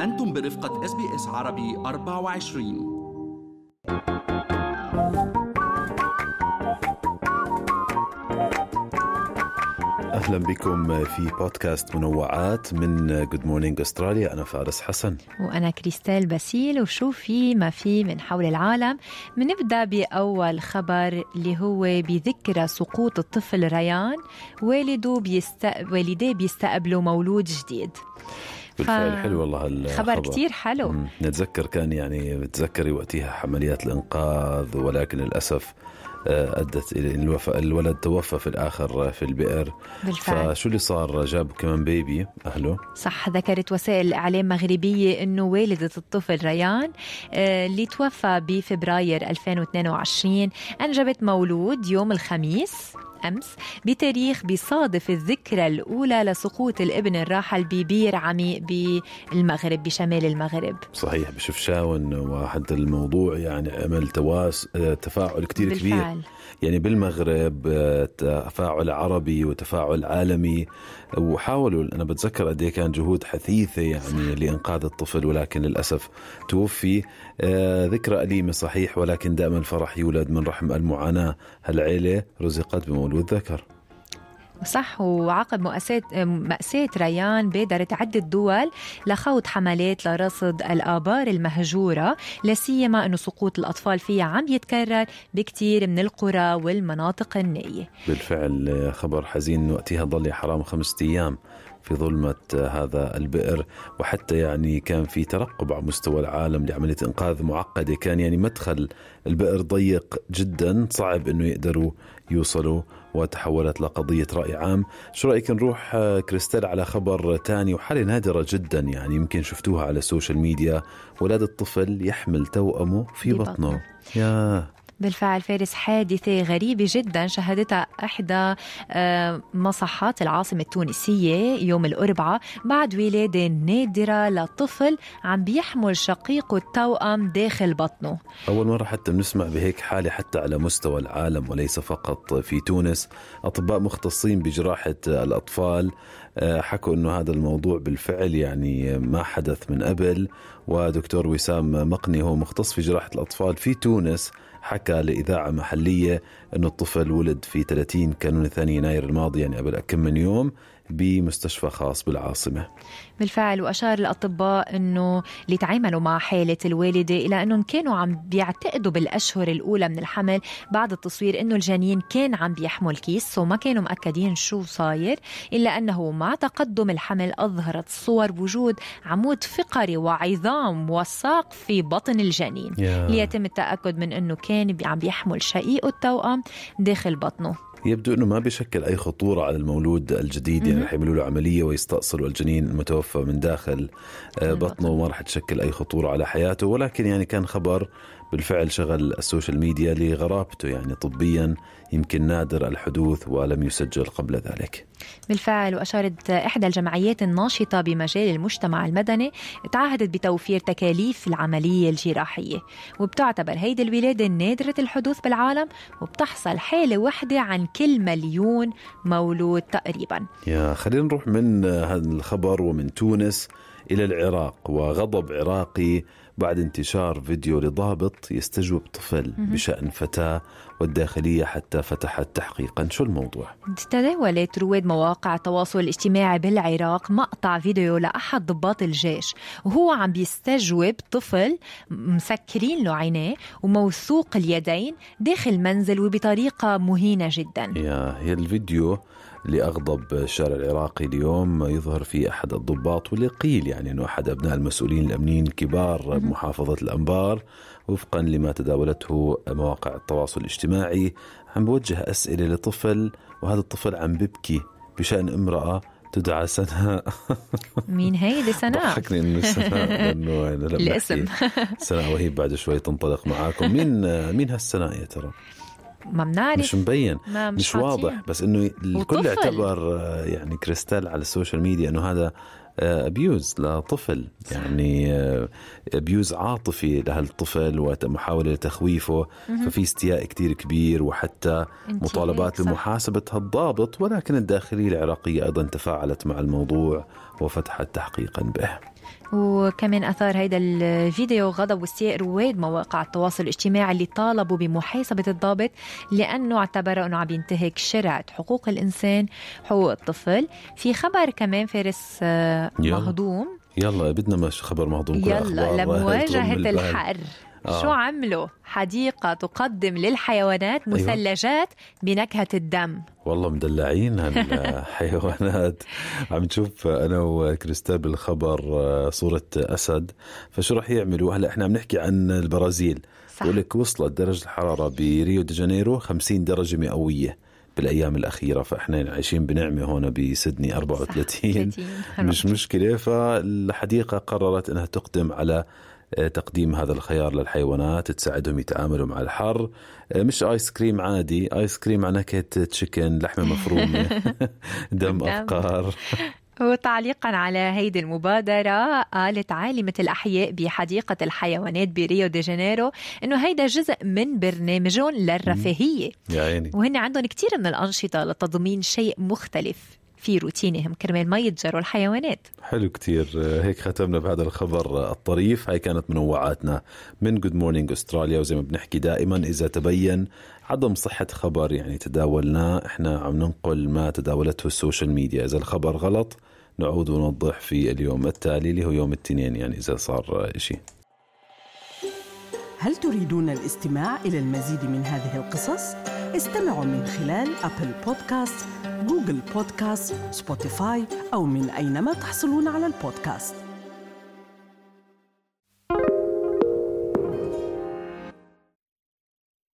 أنتم برفقة SBS عربي 24. أهلا بكم في بودكاست منوعات من Good Morning Australia. أنا فارس حسن وأنا كريستال باسيل. وشو في ما في من حول العالم. بنبدأ بأول خبر اللي هو بذكرى سقوط الطفل ريان. والديه بيستقبلوا مولود جديد. بالفعل حلو والله الخبر كتير حلو. نتذكر كان يعني بتذكري وقتها عمليات الإنقاذ، ولكن للأسف أدت إلى الولد توفى في الآخر في البئر. بالفعل. فشو اللي صار؟ جابوا كمان بيبي أهله. صح، ذكرت وسائل الإعلام مغربية إنه والدة الطفل ريان اللي توفى بفبراير 2022 أنجبت مولود يوم الخميس أمس بتاريخ بيصادف الذكرى الأولى لسقوط الابن الراحل ببير عميق بالمغرب، بشمال المغرب. صحيح، بشفشاون. وحتى الموضوع يعني عمل تفاعل كتير بالفعل. كبير يعني بالمغرب، تفاعل عربي وتفاعل عالمي. وحاولوا، أنا بتذكر قد ايه كان جهود حثيثة يعني لإنقاذ الطفل، ولكن للأسف توفي. ذكرى أليمة صحيح، ولكن دائما الفرح يولد من رحم المعاناة. هالعيلة رزقت بمولود ذكر. صح. وعقب مأساة ريان بادرت عدة دول لخوض حملات لرصد الآبار المهجورة، لسيما أنه سقوط الأطفال فيها عم يتكرر بكتير من القرى والمناطق النائية. بالفعل خبر حزين. وقتها ضل يا حرام 5 أيام في ظلمة هذا البئر، وحتى يعني كان في ترقب على مستوى العالم لعملية إنقاذ معقدة. كان يعني مدخل البئر ضيق جدا، صعب أنه يقدروا يوصلوا، وتحولت لقضية رأي عام. شو رأيك نروح كريستال على خبر تاني وحالة نادرة جدا، يعني يمكن شفتوها على السوشيال ميديا، ولاد الطفل يحمل توأمه في بطنه. بالفعل فارس، حادثة غريبة جدا شهدتها إحدى مصحات العاصمة التونسية يوم الأربعاء بعد ولادة نادرة لطفل عم بيحمل شقيقه التوأم داخل بطنه. أول مرة حتى بنسمع بهيك حالة حتى على مستوى العالم وليس فقط في تونس. أطباء مختصين بجراحة الأطفال حكوا أنه هذا الموضوع بالفعل يعني ما حدث من قبل. ودكتور وسام مقني هو مختص في جراحة الأطفال في تونس حكى لإذاعة محلية أنه الطفل ولد في 30 كانون 2 يناير الماضي، يعني قبل كم من يوم، بمستشفى خاص بالعاصمة. بالفعل. وأشار الأطباء أنه اللي تعاملوا مع حالة الوالدة إلى أنهم كانوا عم بيعتقدوا بالأشهر الأولى من الحمل بعد التصوير أنه الجنين كان عم بيحمل كيس، وما كانوا مأكدين شو صاير، إلا أنه مع تقدم الحمل أظهرت الصور وجود عمود فقري وعظام والساق في بطن الجنين ليتم التأكد من أنه كان عم بيحمل شقيقه التوأم داخل بطنه. يبدو أنه ما بيشكل أي خطورة على المولود الجديد، يعني رح يعملوا له عملية ويستأصلوا الجنين المتوفى من داخل بطنه، وما رح تشكل أي خطورة على حياته. ولكن يعني كان خبر بالفعل شغل السوشيال ميديا لغرابته، يعني طبيا يمكن نادر الحدوث ولم يسجل قبل ذلك. بالفعل. وأشارت إحدى الجمعيات الناشطة بمجال المجتمع المدني تعهدت بتوفير تكاليف العملية الجراحية، وبتعتبر هيدي الولادة نادرة الحدوث بالعالم، وبتحصل حالة واحدة عن كل 1,000,000 مولود تقريبا. خلينا نروح من هذا الخبر ومن تونس إلى العراق. وغضب عراقي بعد انتشار فيديو لضابط يستجوب طفل بشأن فتاة، والداخلية حتى فتحت تحقيقا. شو الموضوع؟ تداولت رواد مواقع التواصل الاجتماعي بالعراق مقطع فيديو لأحد ضباط الجيش وهو عم بيستجوب طفل مسكرين له عينيه وموثوق اليدين داخل منزل وبطريقة مهينة جدا. هي الفيديو اللي أغضب الشارع العراقي اليوم يظهر فيه أحد الضباط، واللي قيل يعني أنه أحد أبناء المسؤولين الأمنيين الكبار بمحافظة الأنبار، وفقا لما تداولته مواقع التواصل الاجتماعي، عم بوجه أسئلة لطفل، وهذا الطفل عم ببكي بشأن امرأة تدعى سناء. مين هيدي سناء؟ ضحكني إنه سناء لأنه الاسم سناء، وهي بعد شوي تنطلق معاكم. مين هالسناء يا ترى؟ ما بنعرف، مش مبين، مش واضح، بس انه الكل اعتبر يعني كريستال على السوشيال ميديا انه هذا أبيوز لطفل، يعني أبيوز عاطفي لهالطفل ومحاولة لتخويفه. ففي استياء كتير كبير، وحتى مطالبات بمحاسبة هالضابط، ولكن الداخلية العراقية أيضا تفاعلت مع الموضوع وفتحت تحقيقا به. وكمان أثار هيدا الفيديو غضب واستياء رواد مواقع التواصل الاجتماعي اللي طالبوا بمحاسبة الضابط لأنه اعتبروا أنه عم ينتهك شرعة حقوق الإنسان، حقوق الطفل. في خبر كمان فارس مهضوم، يلا بدنا مش خبر مهضوم، يلا لمواجهة الحر. شو عملوا؟ حديقة تقدم للحيوانات مثلجات بنكهة الدم. والله مدلعين هالحيوانات. عم نشوف أنا وكريستال بالخبر صورة أسد. فشو رح يعملوا هلأ؟ إحنا عم نحكي عن البرازيل، ولك وصلت درجة الحرارة بريو دي جانيرو 50 درجة مئوية بالأيام الأخيرة. فإحنا عايشين بنعمة هنا بسيدني 34 مش مشكلة. فالحديقة قررت أنها تقدم على تقديم هذا الخيار للحيوانات تساعدهم يتعاملوا مع الحر. مش آيس كريم عادي، آيس كريم عن نكهة تشيكن، لحمة مفرومة، دم أبقار. وتعليقا على هيدي المبادرة، قالت عالمة الأحياء بحديقة الحيوانات بريو دي جانيرو إنه هيدا جزء من برنامجهم للرفاهية، وهن عندهم كتير من الأنشطة لتضمين شيء مختلف في روتينهم كرمال ما يتجروا الحيوانات. حلو كتير. هيك ختمنا بهذا الخبر الطريف. هاي كانت منوعاتنا من Good Morning أستراليا. وزي ما بنحكي دائما، إذا تبين عدم صحة خبر يعني تداولناه، إحنا عم ننقل ما تداولته السوشيال ميديا. إذا الخبر غلط نعود ونوضح في اليوم التالي اللي هو يوم الاثنين، يعني إذا صار إشي. هل تريدون الاستماع إلى المزيد من هذه القصص؟ استمعوا من خلال أبل بودكاست، جوجل بودكاست، سبوتيفاي، أو من أينما تحصلون على البودكاست.